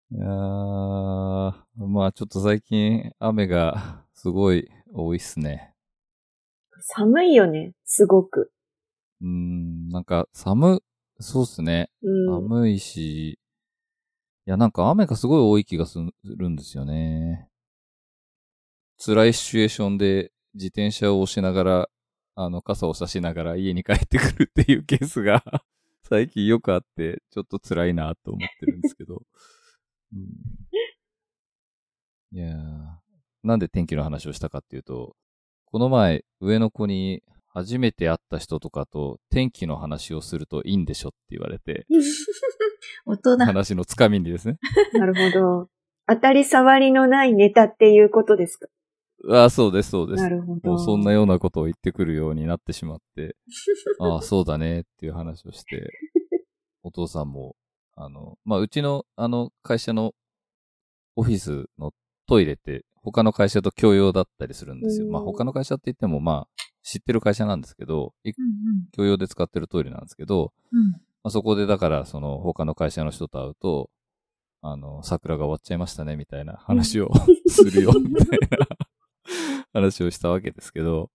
いやー、まあちょっと最近雨がすごい多いっすね。 寒いよね、すごく。 なんかそうっすね。 うん。 寒いし、いやなんか雨がすごい多い気がするんですよね。辛いシチュエーションで自転車を押しながら、傘を差しながら家に帰ってくるっていうケースが最近よくあって、ちょっと辛いなと思ってるんですけど。うん、いやー、なんで天気の話をしたかっていうと、この前、上の子に初めて会った人とかと天気の話をするといいんでしょって言われて、 大人。 話のつかみにですね。 なるほど。当たり障りのないネタっていうことですか？ ああ、そうです、そうです。 なるほど。 もうそんなようなことを言ってくるようになってしまって、ああ、そうだねっていう話をして、お父さんも、うちの、会社のオフィスのトイレって他の会社と共用だったりするんですよ。まあ他の会社って言っても知ってる会社なんですけど、共用で使ってるトイレなんですけど、そこでだからその他の会社の人と会うと、桜が終わっちゃいましたねみたいな話をするよみたいな話をしたわけですけど、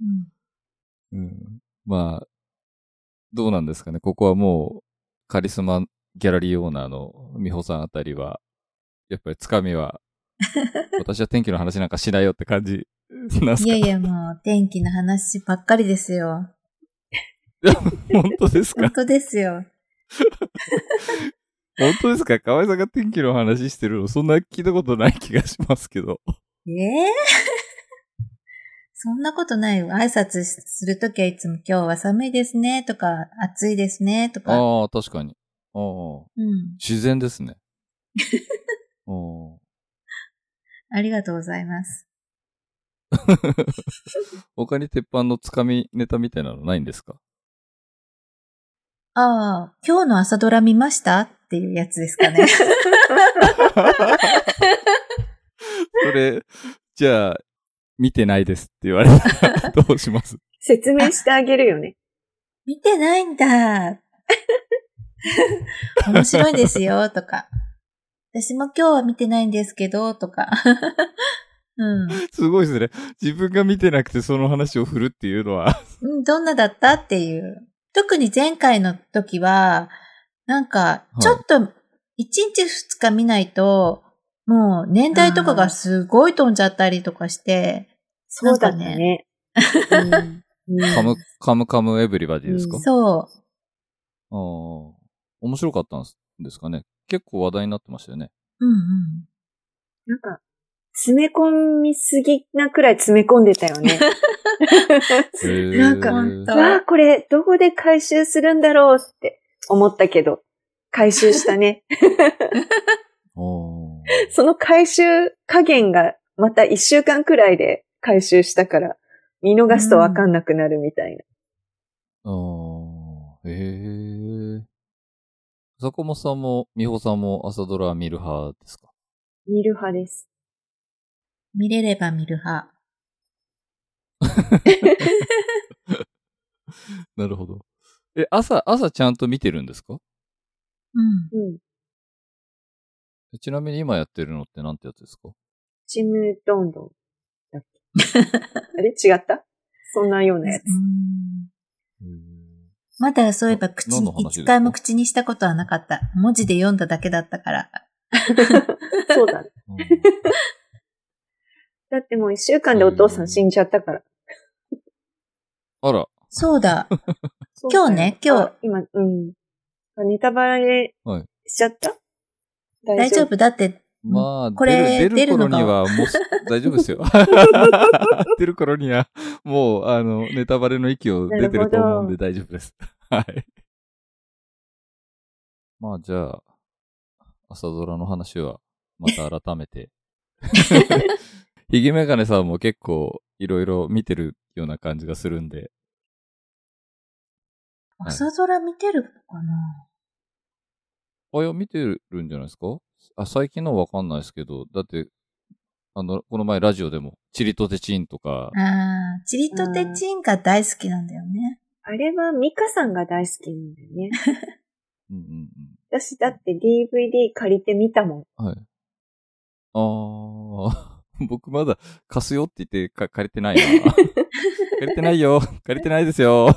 まあ、どうなんですかね。ここはもうカリスマギャラリーオーナーの美穂さんあたりは、やっぱりつかみは私は天気の話なんかしないよって感じなんすか？ いやいや、もう天気の話ばっかりですよ。 本当ですか？ 本当ですよ。 本当ですか？河合さんが天気の話してるのそんな聞いたことない気がしますけど。 そんなことないよ。挨拶するときはいつも今日は寒いですねとか、暑いですねとか。 ああ、確かに。ああ、自然ですね。 ありがとうございます。 他に鉄板のつかみネタみたいなのないんですか？ ああ、今日の朝ドラ見ましたっていうやつですかね。 それ、じゃあ、見てないですって言われたらどうします？ 説明してあげるよね。 見てないんだ。面白いですよ、とか。私も今日は見てないんですけど、とか。 すごいですね。自分が見てなくてその話を振るっていうのは。 どんなだったっていう。特に前回の時は、なんか、ちょっと、1日2日見ないと、もう年代とかがすごい飛んじゃったりとかして、 そうだったね。 カムカムエブリバディですか？ そう。 面白かったんですかね。結構話題になってましたよね。 なんか、詰め込みすぎなくらい詰め込んでたよね。なんか、わあ、これどこで回収するんだろうって思ったけど、回収したね。その回収加減がまた1週間くらいで回収したから、見逃すとわかんなくなるみたいな。 坂本さんも美穂さんも朝ドラ見る派ですか？ 見る派です。 見れれば見る派。 なるほど。朝ちゃんと見てるんですか？ちなみに今やってるのってなんてやつですか？ ちむどんどんだっけあれ違った？そんなようなやつ。 まだそういえば一回も口にしたことはなかった。文字で読んだだけだったから。 そうだね。だってもう1週間でお父さん死んじゃったから。 あら。 そうだ。今日。 今、ネタバレしちゃった？ 大丈夫だって、これ出る頃にはもう大丈夫ですよ。出る頃にはもうネタバレの域を出てると思うんで大丈夫です。はい。まあじゃあ、朝ドラの話はまた改めて。ひげメガネさんも結構いろいろ見てるような感じがするんで。 朝ドラ見てるかな？ いや、見てるんじゃないですか？最近のはわかんないですけど、だって、この前ラジオでも、チリとテチンとか。 チリとテチンが大好きなんだよね。 あれはミカさんが大好きなんだよね。私だって DVD 借りて見たもん。 僕まだ貸すよって言って借りてないな。借りてないよ。借りてないですよ。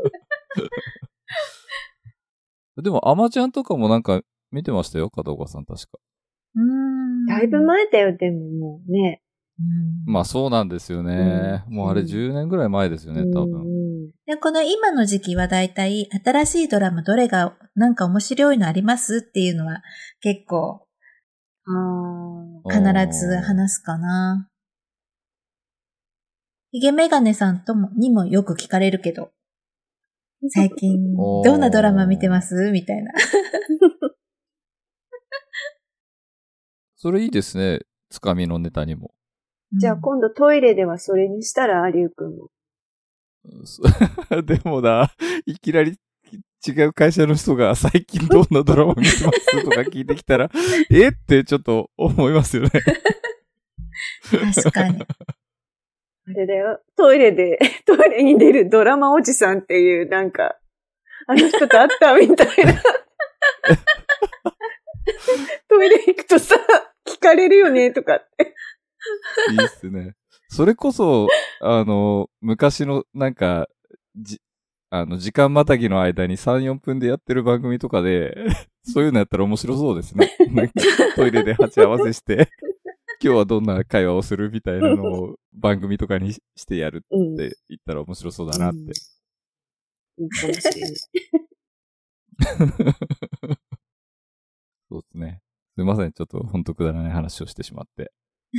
でも、アマちゃんとかもなんか見てましたよ、片岡さん確か。 だいぶ前だよ、でももうね。 まあそうなんですよね。もうあれ10年ぐらい前ですよね、多分。 で、この今の時期はだいたい新しいドラマどれがなんか面白いのありますっていうのは結構必ず話すかな。ヒゲメガネさんにもよく聞かれるけど、最近どんなドラマ見てますみたいな。 それいいですね。つかみのネタにも。 じゃあ今度トイレではそれにしたら、リュウ君も。 でもな、いきなり違う会社の人が最近どんなドラマ見てますとか聞いてきたら、ってちょっと思いますよね。 確かに。 あれだよ。トイレに出るドラマおじさんっていう、なんか、あの人と会ったみたいな。トイレ行くとさ、聞かれるよね、とかって。 いいっすね。それこそ、昔の、なんか、時間またぎの間に3、4分でやってる番組とかで、そういうのやったら面白そうですね。なんかトイレで鉢合わせして、今日はどんな会話をするみたいなのを番組とかにしてやるって言ったら面白そうだなって。 いいかもしれない。 そうですね。すいません。ちょっと本当くだらない話をしてしまって。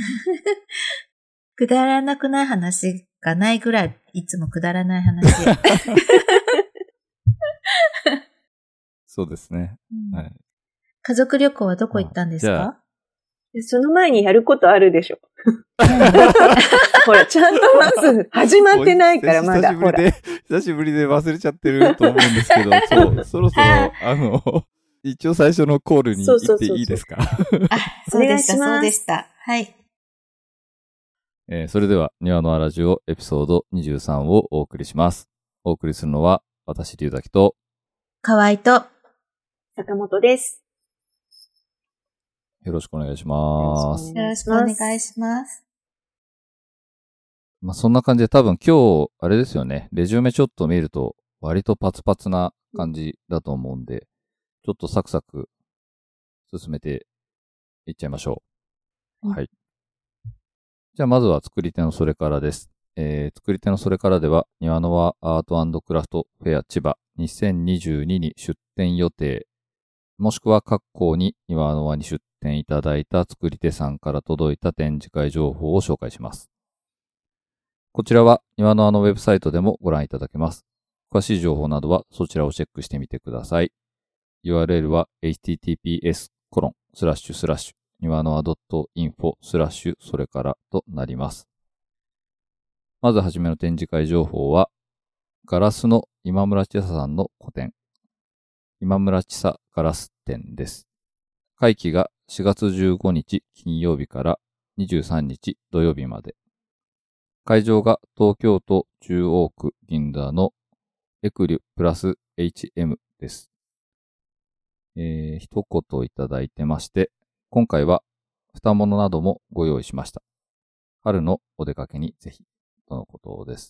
くだらなくない話がないぐらい、いつもくだらない話。 そうですね。はい。 家族旅行はどこ行ったんですか？ その前にやることあるでしょ。ほら、ちゃんとまず始まってないからまだ。 久しぶりで忘れちゃってると思うんですけど、そろそろ、一応最初のコールに行っていいですか？ そうでした、そうでした。はい。 それでは、庭のあラジオエピソード23をお送りします。お送りするのは、私、龍崎と、 河合と、 坂本です。 よろしくお願いします。 よろしくお願いします。 まあ、そんな感じで多分今日、あれですよね、レジュメちょっと見ると、割とパツパツな感じだと思うんで、ちょっとサクサク進めていっちゃいましょう。はい。じゃあまずは作り手のそれからです。作り手のそれからでは、庭の輪アートクラフトフェア千葉2022に出展予定、もしくは各校に庭の輪に出展いただいた作り手さんから届いた展示会情報を紹介します。こちらは庭の輪のウェブサイトでもご覧いただけます。詳しい情報などはそちらをチェックしてみてください。URL は https:// 庭の輪 .info/ それからとなります。まずはじめの展示会情報は、ガラスの今村千沙さんの個展、今村千沙ガラス展です。会期が4月15日金曜日から23日土曜日まで。会場が東京都中央区銀座のエクリュプラス HM です。一言いただいてまして、今回は二物などもご用意しました。春のお出かけにぜひ、とのことです。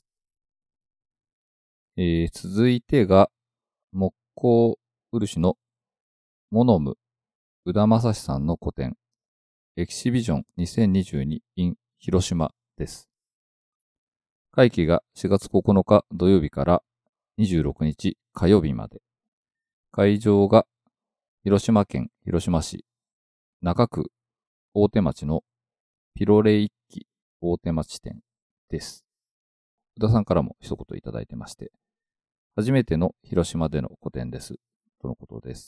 続いてが、木工漆のモノム宇田正史さんの個展、エキシビジョン2022 in 広島です。会期が4月9日土曜日から26日火曜日まで。会場が広島県広島市中区大手町のピロレイキ大手町店です。宇田さんからも一言いただいてまして、初めての広島での個展です。とのことです。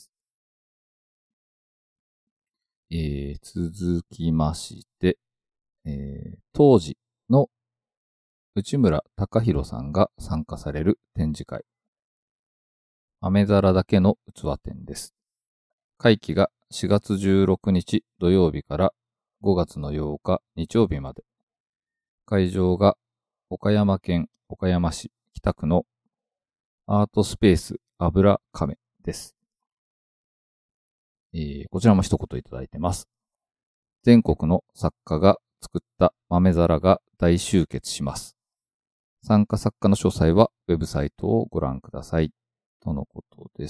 続きまして、当時の内村隆弘さんが参加される展示会。雨皿だけの器展です。会期が4月16日土曜日から5月の8日日曜日まで。会場が岡山県岡山市北区のアートスペース油亀です。こちらも一言いただいてます。 全国の作家が作った豆皿が大集結します。参加作家の詳細はウェブサイトをご覧ください。とのことです。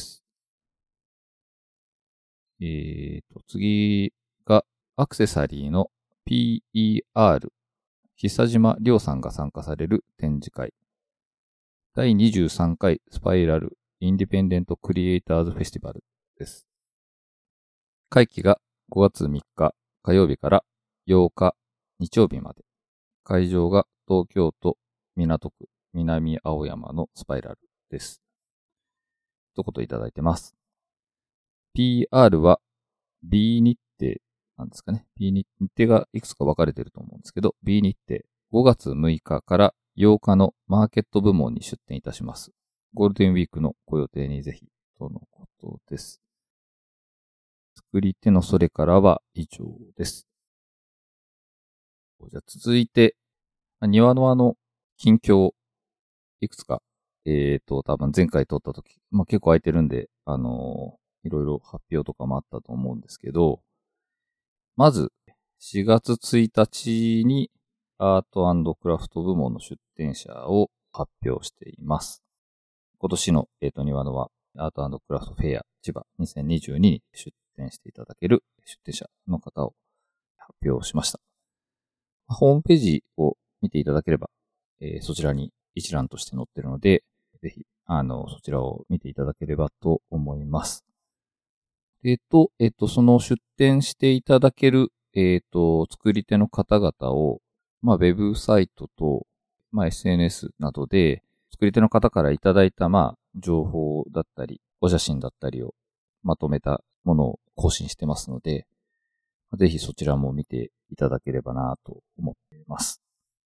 次がアクセサリーの PER、久島亮さんが参加される展示会。第23回スパイラルインディペンデントクリエイターズフェスティバルです。会期が5月3日火曜日から8日日曜日まで。会場が東京都港区南青山のスパイラルです。一言いただいてます。PR は B 日程なんですかね。B 日程がいくつか分かれてると思うんですけど、B 日程5月6日から8日のマーケット部門に出展いたします。ゴールデンウィークのご予定にぜひとのことです。作り手のそれからは以上です。じゃあ続いて、庭の近況、いくつか、多分前回撮った時、結構空いてるんで、いろいろ発表とかもあったと思うんですけど、まず、4月1日にアート&クラフト部門の出展者を発表しています。今年の、庭のはアート&クラフトフェア千葉2022に出展していただける出展者の方を発表しました。ホームページを見ていただければ、そちらに一覧として載っているので、ぜひ、そちらを見ていただければと思います。その出展していただける、作り手の方々を、ウェブサイトと、SNS などで、作り手の方からいただいた、情報だったり、お写真だったりをまとめたものを更新してますので、ぜひそちらも見ていただければなと思っています。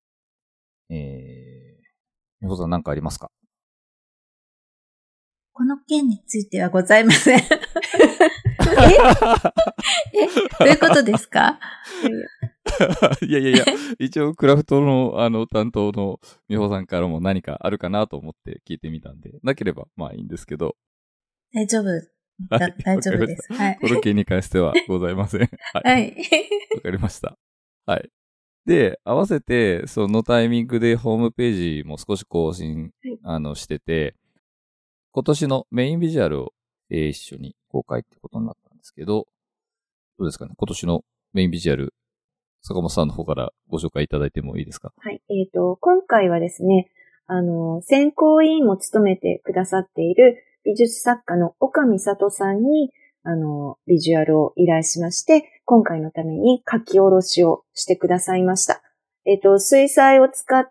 みほさん何かありますか？ この件についてはございません。どういうことですか？ いや、一応クラフトの担当のみほさんからも何かあるかなと思って聞いてみたんで、なければいいんですけど。 大丈夫。大丈夫です。はい。 この件に関してはございません。 はい。 わかりました。はい。で、合わせて、そのタイミングでホームページも少し更新、してて、今年のメインビジュアルを、一緒に公開ってことになったんですけど、どうですかね？今年のメインビジュアル、坂本さんの方からご紹介いただいてもいいですか？ はい。今回はですね、選考委員も務めてくださっている美術作家の岡美里さんに、ビジュアルを依頼しまして、今回のために書き下ろしをしてくださいました。水彩を使った、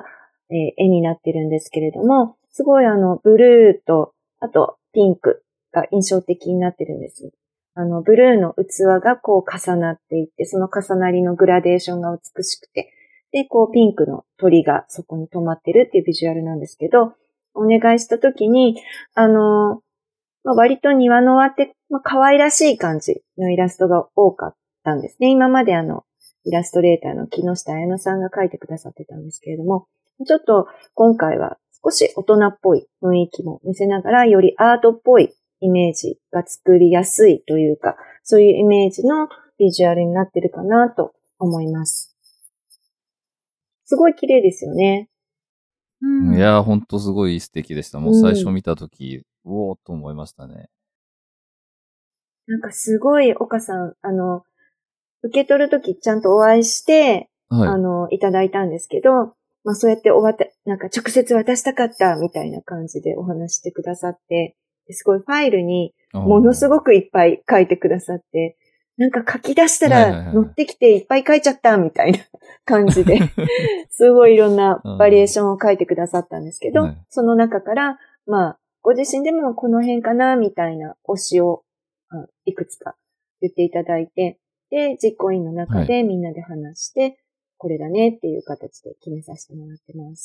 絵になってるんですけれども、すごいブルーと、あとピンクが印象的になってるんです。ブルーの器がこう重なっていって、その重なりのグラデーションが美しくて、で、こうピンクの鳥がそこに止まってるっていうビジュアルなんですけど、お願いしたときに、割と庭の輪って、可愛らしい感じのイラストが多かったんですね。今までイラストレーターの木下彩乃さんが描いてくださってたんですけれども、ちょっと今回は少し大人っぽい雰囲気も見せながら、よりアートっぽいイメージが作りやすいというか、そういうイメージのビジュアルになってるかなと思います。すごい綺麗ですよね。 いやー、ほんとすごい素敵でした。もう最初見たとき、おーっと思いましたね。 なんかすごい、岡さん、受け取るときちゃんとお会いして、いただいたんですけど、そうやってなんか直接渡したかったみたいな感じでお話してくださって、すごいファイルにものすごくいっぱい書いてくださって、なんか書き出したら乗ってきていっぱい書いちゃったみたいな感じで、すごいいろんなバリエーションを書いてくださったんですけど、その中から、ご自身でもこの辺かなみたいな推しをいくつか言っていただいて、で、実行委員の中でみんなで話して、これだねっていう形で決めさせてもらってます。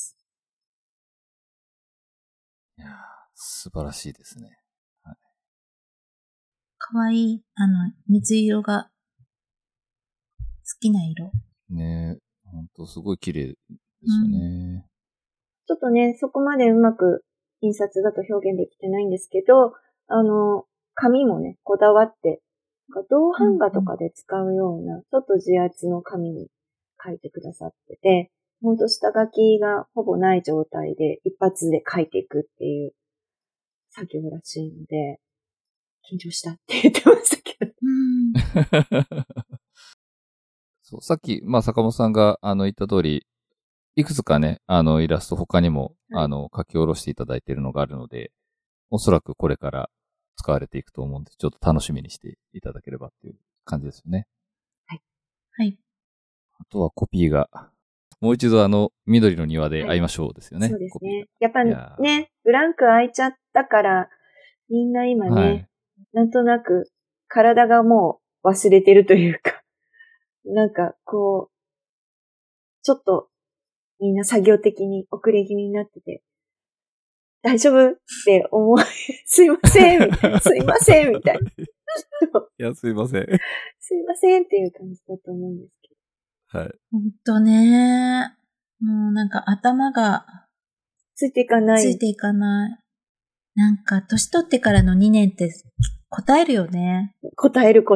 いやー、素晴らしいですね。はい、 かわいい、水色が好きな色。 ねえ、ほんとすごい綺麗ですよね。 ちょっとね、そこまでうまく印刷だと表現できてないんですけど、紙もね、こだわって銅版画とかで使うような、ちょっと自圧の紙に書いてくださってて、ほんと下書きがほぼない状態で一発で書いていくっていう作業らしいので、緊張したって言ってましたけど。 そう、さっき、坂本さんが、言った通り、いくつかね、イラスト他にも、 はい書き下ろしていただいているのがあるので、おそらくこれから使われていくと思うんで、ちょっと楽しみにしていただければっていう感じですよね。 はい。 あとはコピーが、もう一度緑の庭で会いましょうですよね。 そうですコピーね。やっぱね、ブランク空いちゃったから、みんな今ね、 はい、 なんとなく体がもう忘れてるというか、なんかこう、ちょっとみんな作業的に遅れ気味になってて、大丈夫って思い、すいませんみたいな、すいませんみたいな。 いや、すいません。 すいませんっていう感じだと思うんですけど。 はい。 ほんとね。もうなんか頭がついていかない。 ついていかない。なんか年取ってからの2年って答えるよね。 答える。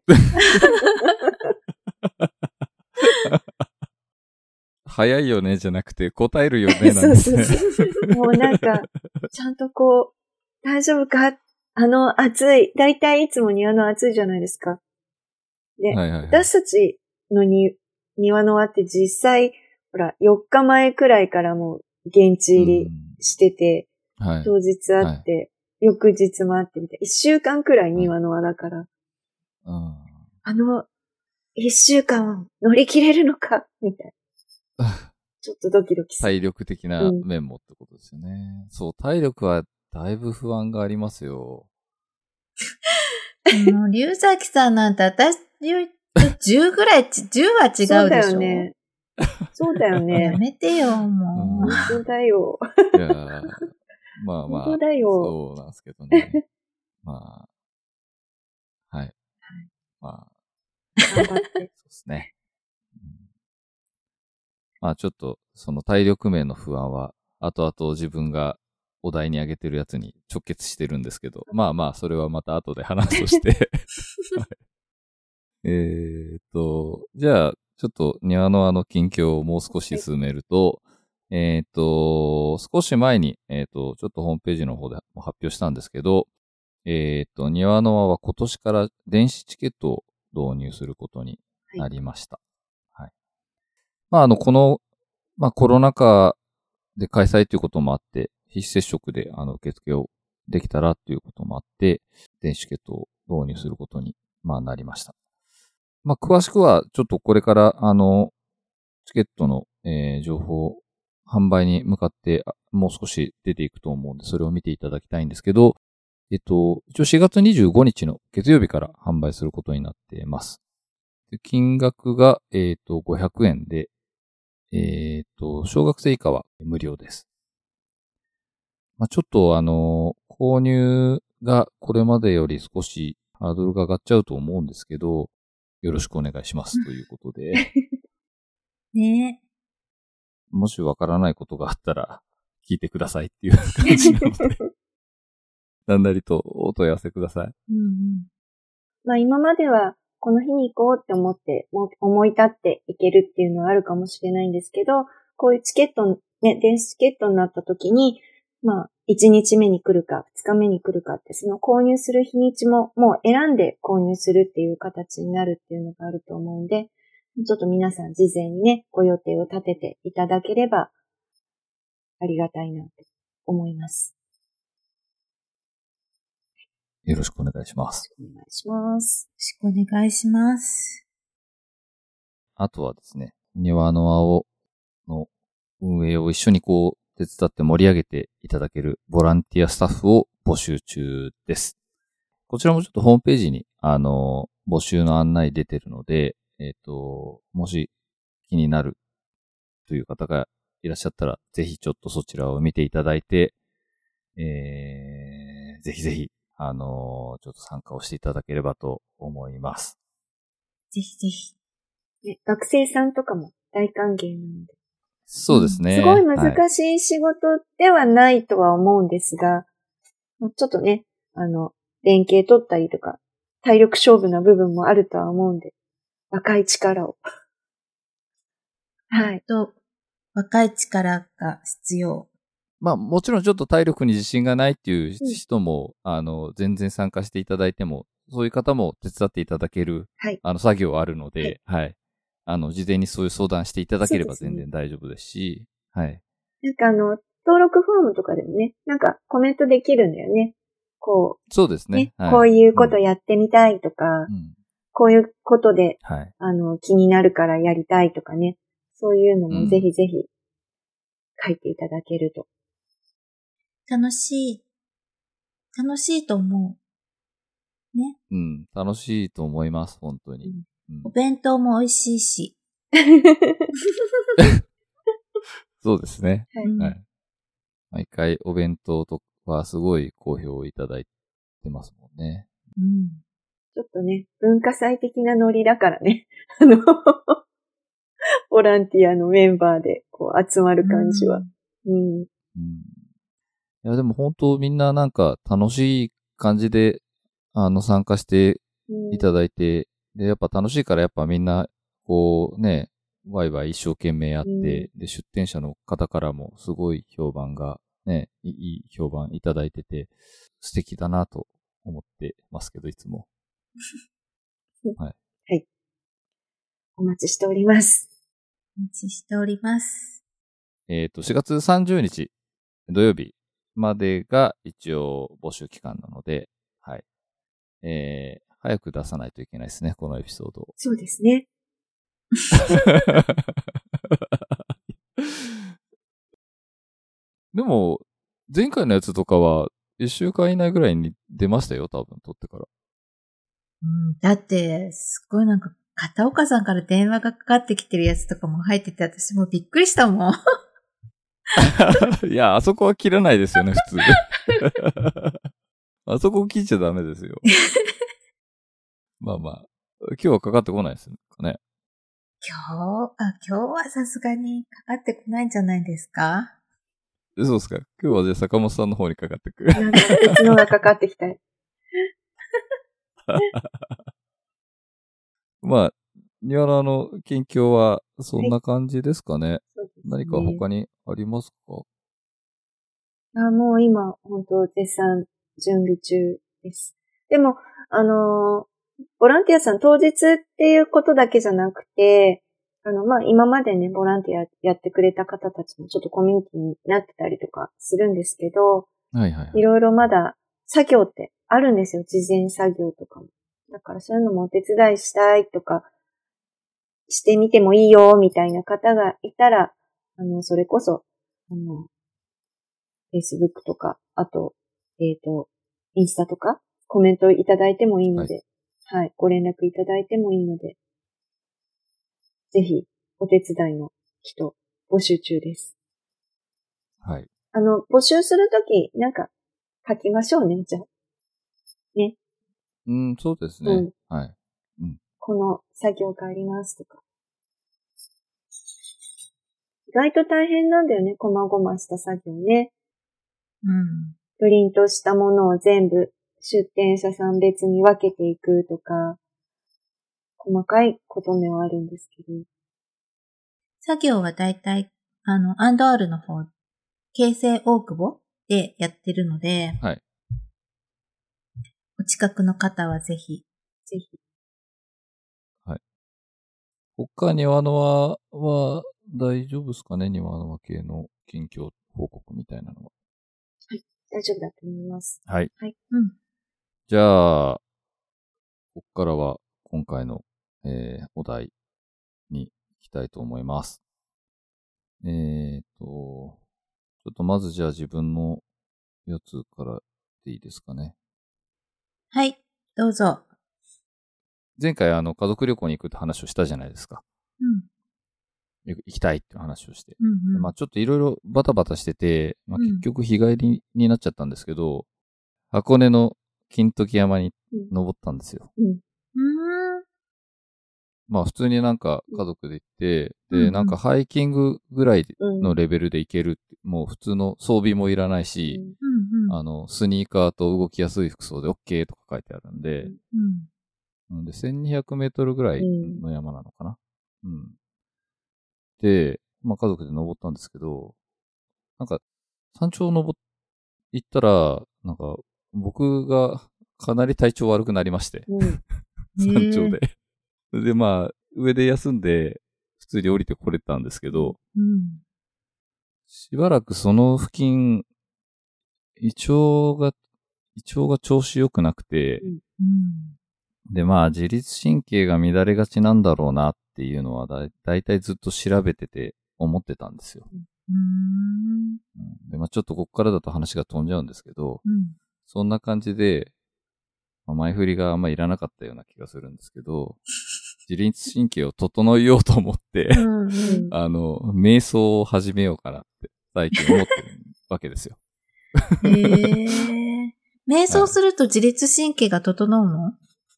早いよねじゃなくて答えるよねなんですね。 そう。もうなんか、ちゃんとこう、大丈夫か暑い。だいたいいつも庭の暑いじゃないですか。で、 はいはいはい、 私たちの庭の輪って実際、ほら、4日前くらいからもう現地入りしてて、 はい、 当日あって、はい、翌日もあってみたいな。1週間くらい庭の輪だから。 はい、 1週間を乗り切れるのかみたいな。ちょっとドキドキする。 体力的な面もってことですよね。そう、体力はだいぶ不安がありますよ。 もう、龍崎さんなんて私10ぐらい、10は違うでしょ。そうだよね。 そうだよね。 やめてよ、もう。 本当だよ。 いやまあ、 本当だよ。 そうなんですけどね。はい。 頑張って。そうですね。ちょっと、その体力面の不安は、後々自分がお題に挙げてるやつに直結してるんですけど、それはまた後で話すとして。じゃあ、ちょっと庭の近況をもう少し進めると、少し前に、ちょっとホームページの方でも発表したんですけど、庭の輪は今年から電子チケットを導入することになりました。はい。この、コロナ禍で開催ということもあって、非接触で受付をできたらということもあって、電子チケットを導入することに、なりました。詳しくは、ちょっとこれから、チケットの、情報、販売に向かって、もう少し出ていくと思うんで、それを見ていただきたいんですけど、一応4月25日の月曜日から販売することになっています。金額が、500円で、小学生以下は無料です。ちょっと購入がこれまでより少しハードルが上がっちゃうと思うんですけど、よろしくお願いしますということで。 ね。 もしわからないことがあったら聞いてくださいっていう感じなので。なんなりとお問い合わせください。 今まではこの日に行こうって思って、思い立って行けるっていうのはあるかもしれないんですけど、こういうチケット、ね、電子チケットになった時に、1日目に来るか、2日目に来るかって、その購入する日にちももう選んで購入するっていう形になるっていうのがあると思うんで、ちょっと皆さん事前にね、ご予定を立てていただければありがたいなと思います。 よろしくお願いします。 お願いします。 よろしくお願いします。 あとはですね、庭の青の運営を一緒に手伝って盛り上げていただけるボランティアスタッフを募集中です。こちらもちょっとホームページに、募集の案内出てるので、もし気になるという方がいらっしゃったら、ぜひちょっとそちらを見ていただいて、ぜひぜひ、ちょっと参加をしていただければと思います。 ぜひぜひ。 学生さんとかも大歓迎なので。 そうですね。 すごい難しい仕事ではないとは思うんですが、ちょっとね、連携取ったりとか、 体力勝負な部分もあるとは思うんで、若い力を。はい。 若い力が必要。 まあもちろんちょっと体力に自信がないっていう人も、全然参加していただいても、そういう方も手伝っていただける、 はい、 作業はあるので、はい。事前にそういう相談していただければ全然大丈夫ですし、はい。 なんか登録フォームとかでもね、なんかコメントできるんだよね。こう。 そうですね。 はい、こういうことやってみたいとか、こういうことで、 はい、 気になるからやりたいとかね。そういうのもぜひぜひ書いていただけると。 楽しいと思う。ね。 うん。楽しいと思います、本当に。 お弁当も美味しいし。 そうですね。 はい。 はい。毎回お弁当とかすごい好評いただいてますもんね。 ちょっとね、文化祭的なノリだからね。ボランティアのメンバーでこう集まる感じは。いや、でも本当みんななんか楽しい感じで、参加していただいて、で、やっぱ楽しいからやっぱみんな、こうね、ワイワイ一生懸命やって、で、出店者の方からもすごい評判が、ね、いい評判いただいてて、素敵だなと思ってますけど、いつも。はい。 はい。お待ちしております。 お待ちしております。 4月30日土曜日までが一応募集期間なので、はい。早く出さないといけないですね、このエピソードを。 そうですね。 でも、前回のやつとかは、1週間以内ぐらいに出ましたよ、多分、撮ってから。 だって、すごいなんか、片岡さんから電話がかかってきてるやつとかも入ってて、私もうびっくりしたもん。 いや、あそこは切らないですよね、普通。あそこ切っちゃダメですよ。まあまあ、今日はかかってこないですかね。 今日はさすがにかかってこないんじゃないですか？ そうですか。今日はじゃあ坂本さんの方にかかってくる。 なんか別のがかかってきた。 まあ、ニワラの近況はそんな感じですかね。はい、何か他にありますか？ もう今、本当絶賛準備中です。でも、ボランティアさん当日っていうことだけじゃなくて、まあ、今までね、ボランティアやってくれた方たちもちょっとコミュニティになってたりとかするんですけど、 はいはいはい。 いろいろまだ作業ってあるんですよ。事前作業とかも。だからそういうのもお手伝いしたいとか、してみてもいいよ、みたいな方がいたら、それこそ、Facebook とか、あと、インスタとか、コメントいただいてもいいので、はい、ご連絡いただいてもいいので、ぜひ、お手伝いの人、募集中です。 はい。 募集するとき、なんか、書きましょうね、じゃあ。ね。 そうですね。はい。 この作業がありますとか。意外と大変なんだよね、細々した作業ね。プリントしたものを全部出店者さん別に分けていくとか、細かいことではあるんですけど。 作業はだいたい、アンドアールの方、京成大久保でやってるので、 はい。 お近くの方はぜひ。 ぜひ。 はい。他、庭の輪は大丈夫ですかね？庭の輪系の近況報告みたいなのは。 はい。大丈夫だと思います。 はい。 はい。 じゃあ、ここからは今回の、お題に行きたいと思います。ちょっとまずじゃあ自分のやつからでいいですかね。 はい、どうぞ。 前回家族旅行に行くって話をしたじゃないですか。行きたいっていう話をして。まあちょっといろいろバタバタしてて、まあ結局日帰りになっちゃったんですけど、箱根の金時山に登ったんですよ。まあ普通になんか家族で行って、で、なんかハイキングぐらいのレベルで行けるって、もう普通の装備もいらないし、スニーカーと動きやすい服装で OK とか書いてあるんで、 で、1200メートルぐらいの山なのかな。うん。で、まあ家族で登ったんですけど、なんか、山頂行ったら、なんか、僕がかなり体調悪くなりまして、山頂で。で、まあ、上で休んで、普通に降りてこれたんですけど、しばらくその付近、胃腸が調子良くなくて、で、まあ、自律神経が乱れがちなんだろうなっていうのはだいたいずっと調べてて思ってたんですよ。で、まあ、ちょっとこっからだと話が飛んじゃうんですけど、そんな感じで、まあ、前振りがあんまいらなかったような気がするんですけど、自律神経を整えようと思って、瞑想を始めようかなって最近思ってるわけですよ。 瞑想すると自律神経が整うの？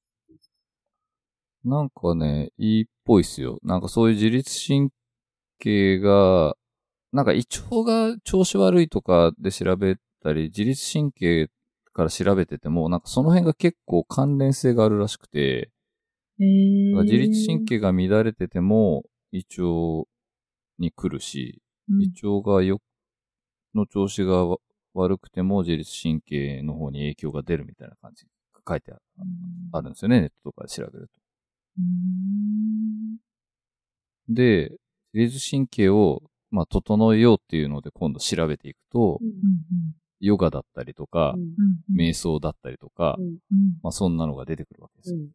なんかね、いいっぽいっすよ。なんかそういう自律神経が、なんか胃腸が調子悪いとかで調べたり、自律神経から調べてても、なんかその辺が結構関連性があるらしくて、自律神経が乱れてても胃腸に来るし、胃腸の調子が悪くても自律神経の方に影響が出るみたいな感じが書いてあるんですよね、ネットとかで調べると。で、自律神経を、まあ、整えようっていうので今度調べていくと、ヨガだったりとか、瞑想だったりとか、まあ、そんなのが出てくるわけですよ。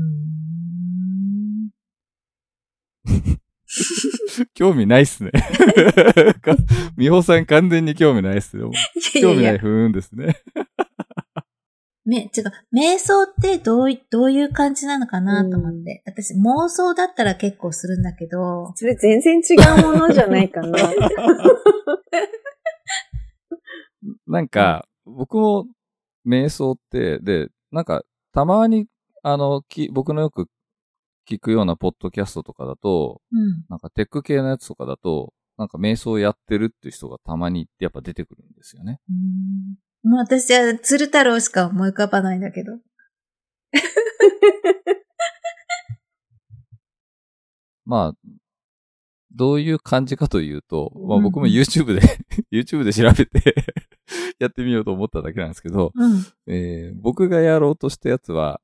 興味ないっすね。美穂さん完全に興味ないっすよ。興味ないふーんですね。 瞑想ってどういう感じなのかなと思って。私、妄想だったら結構するんだけど。 それ全然違うものじゃないかな。 なんか、僕も瞑想って、で、なんか、たまに、僕のよく聞くようなポッドキャストとかだと、なんかテック系のやつとかだと、なんか瞑想やってるっていう人がたまにやっぱ出てくるんですよね。 もう私は鶴太郎しか思い浮かばないんだけど。 まあ、どういう感じかというと、まあ僕も YouTube で調べてやってみようと思っただけなんですけど、僕がやろうとしたやつは、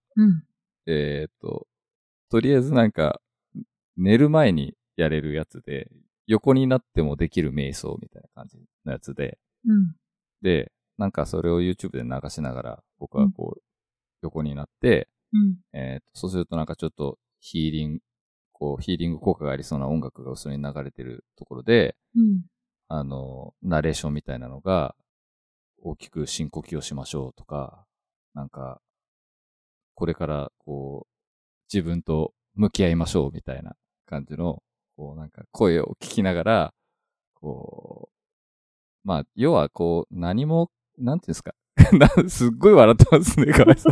とりあえずなんか、寝る前にやれるやつで、横になってもできる瞑想みたいな感じのやつで、で、なんかそれを YouTube で流しながら、僕はこう、横になって、そうするとなんかちょっとヒーリング効果がありそうな音楽が後ろに流れてるところで、ナレーションみたいなのが、大きく深呼吸をしましょうとか、なんか、これからこう、自分と向き合いましょうみたいな感じの、こうなんか声を聞きながら、こう、まあ、要はこう、何も、なんていうんですか。すっごい笑ってますね、かわいそう。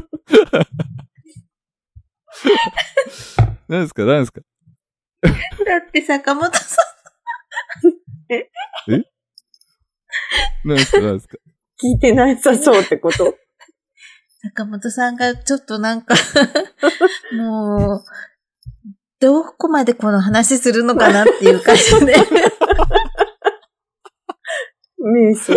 何ですかだって坂本さん。 何ですか聞いてないさそうってこと？ 坂本さんがちょっとなんか、もう、どこまでこの話するのかなっていう感じで。 瞑想。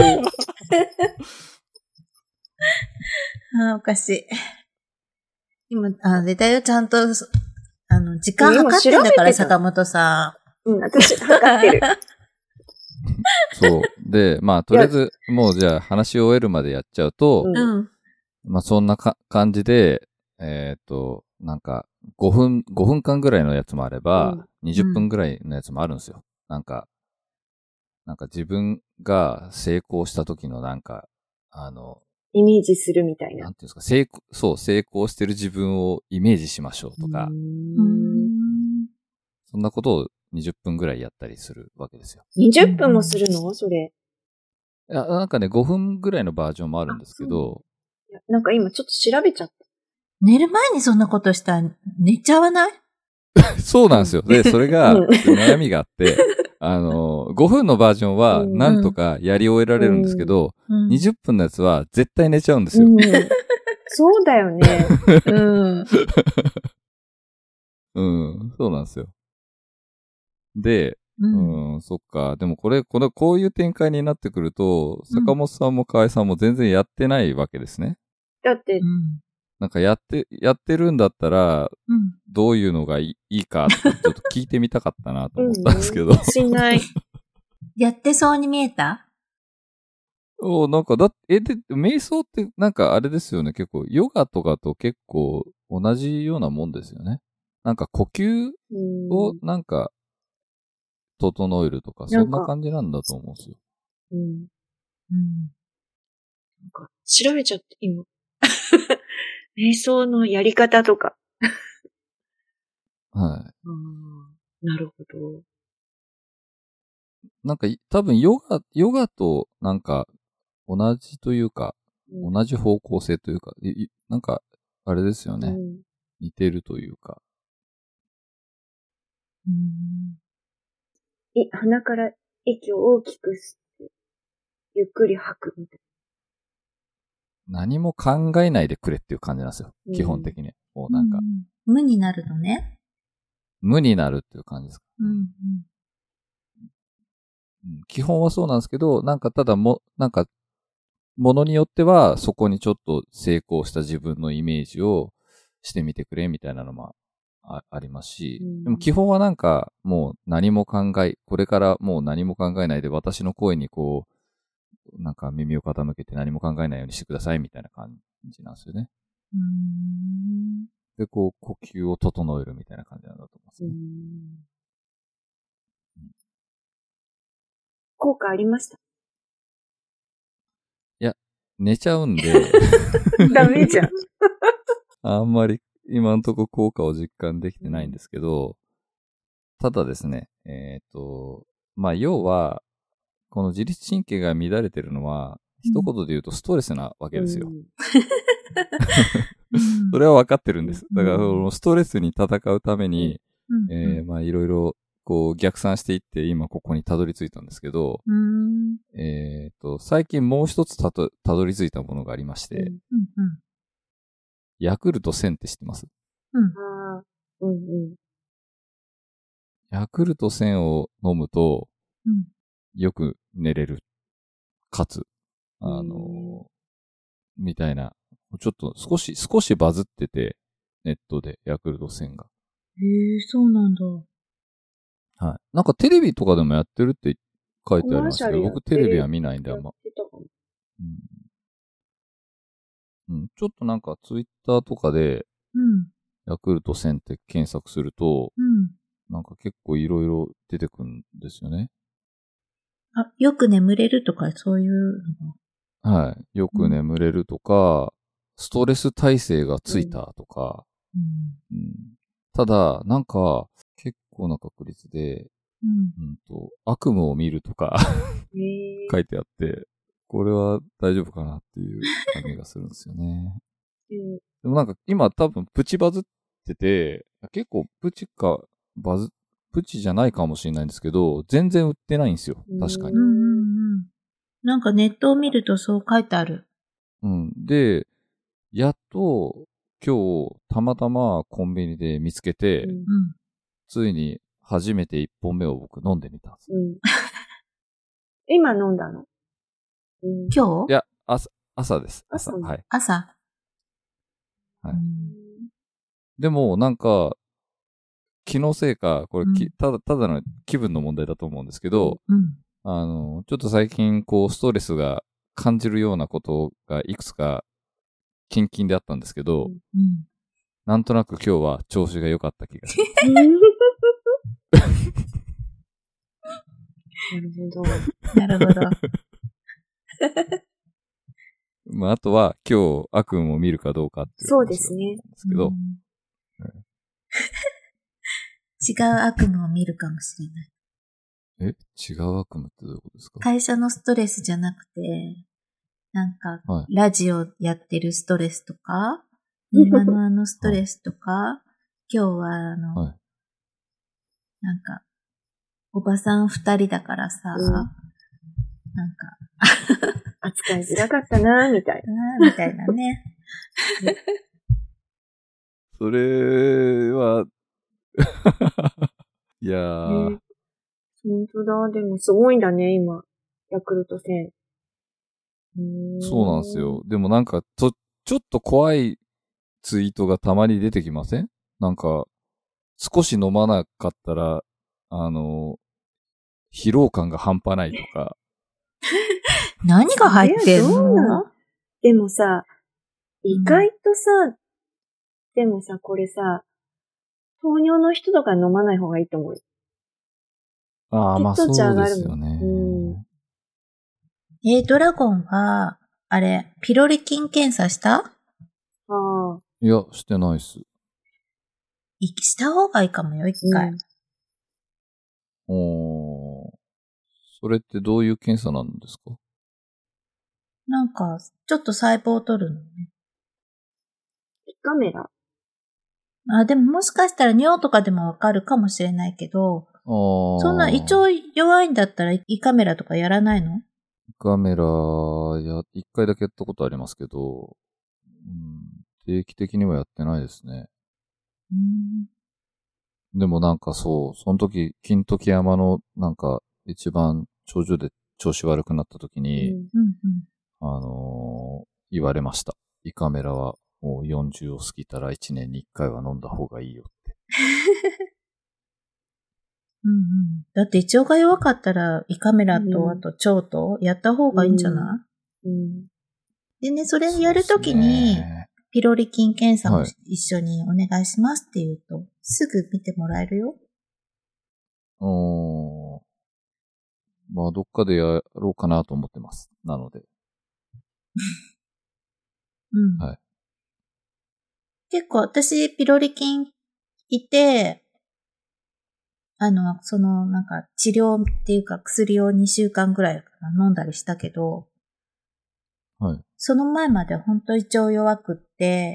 おかしい。今、絶対ちゃんと、時間計ってんだから、坂本さん。私、計ってる。 そう。で、まあ、とりあえず、もうじゃあ話を終えるまでやっちゃうと、まあ、そんな感じで、なんか、5分間ぐらいのやつもあれば、20分ぐらいのやつもあるんですよ。なんか自分が成功した時のなんか、 イメージするみたいな。 なんていうんですか、成功してる自分をイメージしましょうとか、そんなことを20分ぐらいやったりするわけですよ。 20分もするのそれ。 いや、なんかね、5分ぐらいのバージョンもあるんですけど、 なんか今ちょっと調べちゃった。 寝る前にそんなことしたら寝ちゃわない？ そうなんですよ。で、それが悩みがあって、5分のバージョンはなんとかやり終えられるんですけど、20分のやつは絶対寝ちゃうんですよ。 そうだよね。 うん。 うん、そうなんですよ。で、そっか。でもこういう展開になってくると、坂本さんも河合さんも全然やってないわけですね。 だって、 なんかやってるんだったら、どういうのがいいかってちょっと聞いてみたかったなと思ったんですけど。 しない。 やってそうに見えた？ なんか瞑想ってなんかあれですよね。結構、ヨガとかと結構同じようなもんですよね。なんか呼吸をなんか、整えるとか、そんな感じなんだと思うんですよ。 なんか調べちゃって、今。瞑想のやり方とか。 はい。 なるほど。 なんか、多分ヨガとなんか、同じというか、同じ方向性というか、なんか、あれですよね。似てるというか。 鼻から息を大きく吸って、ゆっくり吐くみたいな。何も考えないでくれっていう感じなんですよ。基本的に。もうなんか、 無になるのね。 無になるっていう感じですか。基本はそうなんですけど、なんかただなんか、ものによっては、そこにちょっと成功した自分のイメージをしてみてくれみたいなのもありますし、でも基本はなんか、もうこれからもう何も考えないで私の声にこう、なんか耳を傾けて何も考えないようにしてくださいみたいな感じなんですよね。で、こう、呼吸を整えるみたいな感じなんだと思いますね。 効果ありました？ いや、寝ちゃうんで。 ダメじゃん。 あんまり今んとこ効果を実感できてないんですけど、ただですね、まあ、要は、この自律神経が乱れてるのは、一言で言うとストレスなわけですよ。それは分かってるんです。だから、ストレスに戦うために、まあ、いろいろ、こう、逆算していって、今ここにたどり着いたんですけど、最近もう一つたどり着いたものがありまして、ヤクルト1000って知ってます？ヤクルト1000を飲むと、よく寝れる。かつ、みたいな。ちょっと少しバズってて、ネットでヤクルト1000が。 そうなんだ。 はい。なんかテレビとかでもやってるって書いてありましたけど、僕テレビは見ないんであんま。ちょっとなんかツイッターとかで、ヤクルト1000って検索すると、なんか結構いろいろ出てくるんですよね。 よく眠れるとかそういうのが。はい。よく眠れるとか、ストレス耐性がついたとか。ただ、なんか、結構な確率で、悪夢を見るとか書いてあって、これは大丈夫かなっていう感じがするんですよね。でもなんか今多分プチバズってて、結構プチじゃないかもしれないんですけど、全然売ってないんですよ。確かに。 なんかネットを見るとそう書いてある。 で、やっと今日たまたまコンビニで見つけて、ついに初めて1本目を僕飲んでみたんです。 今飲んだの？ 今日？ いや、朝です。朝。はい。 朝。 はい。でも、なんか、気のせいか、これ、ただの気分の問題だと思うんですけど、ちょっと最近、こう、ストレスが感じるようなことがいくつか、キンキンであったんですけど、なんとなく今日は調子が良かった気がします。 なるほど。 まあ、あとは今日悪夢を見るかどうかっていう話だと思うんですけど。 違う悪夢を見るかもしれない。 違う悪夢ってどういうことですか？ 会社のストレスじゃなくて、なんか、ラジオやってるストレスとか、今のストレスとか、今日はなんか、おばさん2人だからさ、なんか、 扱いづらかったなみたいな。 みたいなね。 それは、いやー、 本当だ。でもすごいんだね、今。ヤクルト1000。 そうなんですよ。でもなんか、ちょっと怖いツイートがたまに出てきません？なんか、少し飲まなかったら、疲労感が半端ないとか。 何が入ってんそうなの？ の？でもさ、意外とさ、でもさ、これさ、糖尿の人とか飲まない方がいいと思うよ。 ああ、まあそう血糖値上がるですよもん。 ね。 ドラゴンは、あれ、ピロリ菌検査した？ ああ。 いや、してないっす。 した方がいいかもよ、一回。 それってどういう検査なんですか？ なんか、ちょっと細胞を取るのね。 胃カメラ？ でももしかしたら尿とかでもわかるかもしれないけど、そんな胃腸弱いんだったら胃カメラとかやらないの？ 胃カメラ、一回だけやったことありますけど、定期的にはやってないですね。でもなんかその時、金時山のなんか一番頂上で調子悪くなった時に、言われました。胃カメラはもう40を過ぎたら1年に1回は飲んだ方がいいよって。 だって胃腸が弱かったら胃カメラとあと腸とやった方がいいんじゃない？でね、それやるときに、ピロリ菌検査も一緒にお願いしますって言うと、すぐ見てもらえるよ。 まあ、どっかでやろうかなと思ってます。なので。はい。 結構私、ピロリ菌いて、なんか治療っていうか薬を2週間ぐらい飲んだりしたけど、 はい。 その前まで本当胃腸弱くって、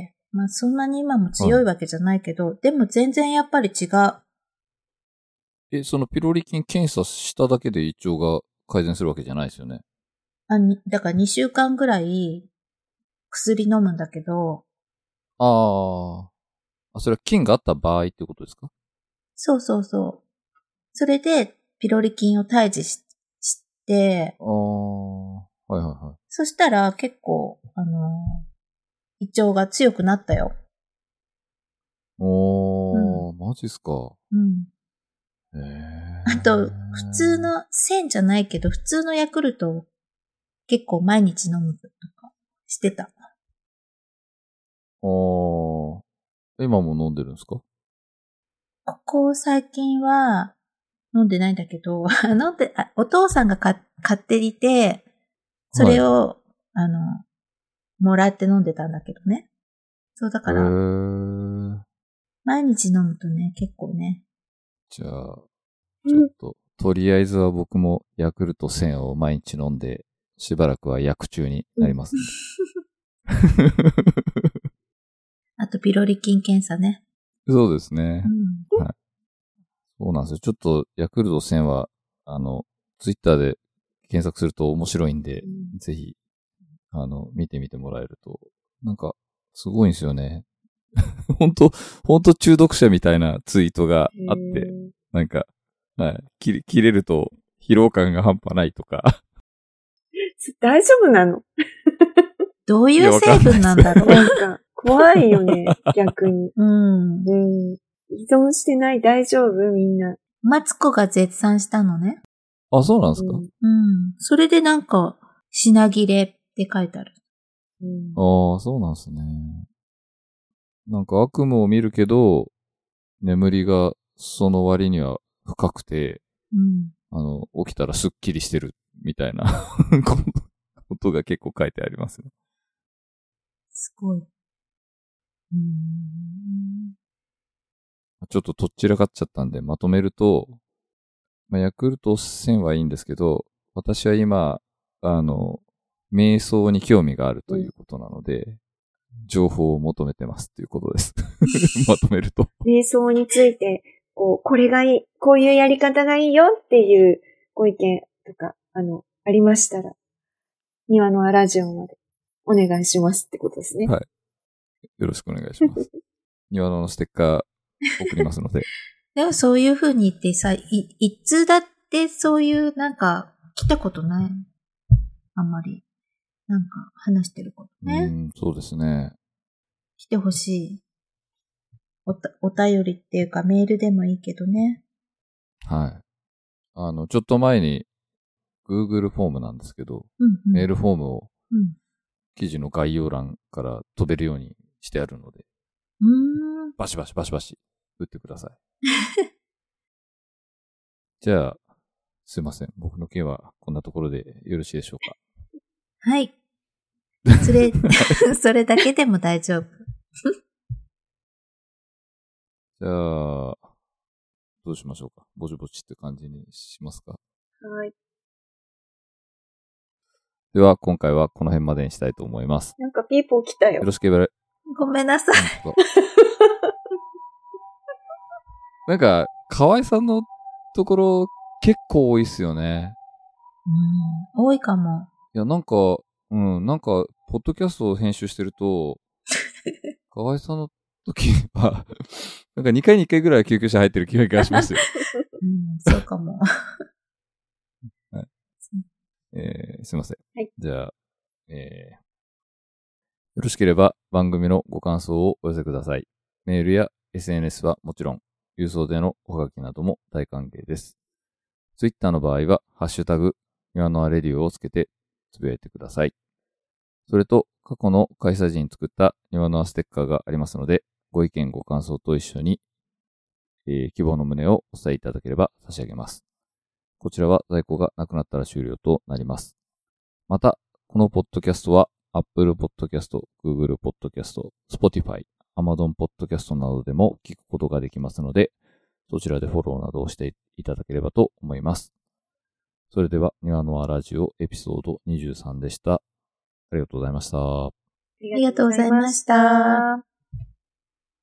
まあそんなに今も強いわけじゃないけど、でも全然やっぱり違う。 そのピロリ菌検査しただけで胃腸が改善するわけじゃないですよね。 だから2週間ぐらい薬飲むんだけど。 それは菌があった場合ってことですか？ そうそうそう。それでピロリ菌を退治して、 はいはいはい。 そしたら結構、胃腸が強くなったよ。 マジっすか。 あと、普通の1000じゃないけど、普通のヤクルトを結構毎日飲むとかしてた。 今も飲んでるんですか？ ここ最近は飲んでないんだけど、お父さんが買っていて、それを、もらって飲んでたんだけどね。そうだから、毎日飲むとね、結構ね。 じゃあ、ちょっと、とりあえずは僕もヤクルト1000を毎日飲んで、しばらくは薬中になります、ね。 あと、ピロリ菌検査ね。 そうですね。はい。そうなんですよ。ちょっと、ヤクルト1000は、ツイッターで検索すると面白いんで、ぜひ、見てみてもらえると、なんか、すごいんですよね。本当中毒者みたいなツイートがあって、なんか、はい、切れると疲労感が半端ないとか。 大丈夫なの？ どういう成分なんだろう。 なんか、怖いよね、逆に。依存してない？大丈夫？みんな。 マツコが絶賛したのね。 あ、そうなんですか？ それでなんか、品切れって書いてある。 そうなんですね。なんか悪夢を見るけど、眠りがその割には深くて、起きたらスッキリしてるみたいなことが結構書いてありますね。 すごい。 ちょっととっちらかっちゃったんでまとめると、ヤクルト1000はいいんですけど、私は今、瞑想に興味があるということなので、情報を求めてますっていうことです。まとめると。 瞑想について、これがいい、こういうやり方がいいよっていうご意見とか、ありましたら、庭のアラジオまでお願いしますってことですね。 はい。 よろしくお願いします。庭野のステッカー送りますので。 でもそういう風に言ってさ、一通だってそういうなんか来たことない。あんまり。なんか話してることね。 そうですね。 来てほしい。お便りっていうかメールでもいいけどね。 はい。ちょっと前に Google フォームなんですけど、メールフォームを記事の概要欄から飛べるようにしてあるので、バシバシバシバシ打ってください。じゃあ、すいません。僕の件はこんなところでよろしいでしょうか。 はい。それだけでも大丈夫。 じゃあ、どうしましょうか。ぼちぼちって感じにしますか。 はい。 では、今回はこの辺までにしたいと思います。 なんかピーポー来たよ。 よろしければ。 ごめんなさい。 なんか、河合さんのところ結構多いっすよね。 多いかも。 いや、なんか、ポッドキャストを編集してると、河合さんの時は、なんか2回に1回ぐらい救急車入ってる気がしますよ。 そうかも。 はい、すいません。 はい。 じゃあ、よろしければ番組のご感想をお寄せください。メールや SNS はもちろん、郵送でのおはがきなども大歓迎です。ツイッターの場合は、ハッシュタグ、庭のあレディオをつけてつぶやいてください。それと、過去の開催時に作った庭のあステッカーがありますので、ご意見ご感想と一緒に、希望の旨をお伝えいただければ差し上げます。こちらは在庫がなくなったら終了となります。また、このポッドキャストは Apple Podcast、Google Podcast、Spotify、Amazon Podcast などでも聞くことができますので、そちらでフォローなどをしていただければと思います。それでは、庭のあラジオエピソード23でした。ありがとうございました。 ありがとうございました。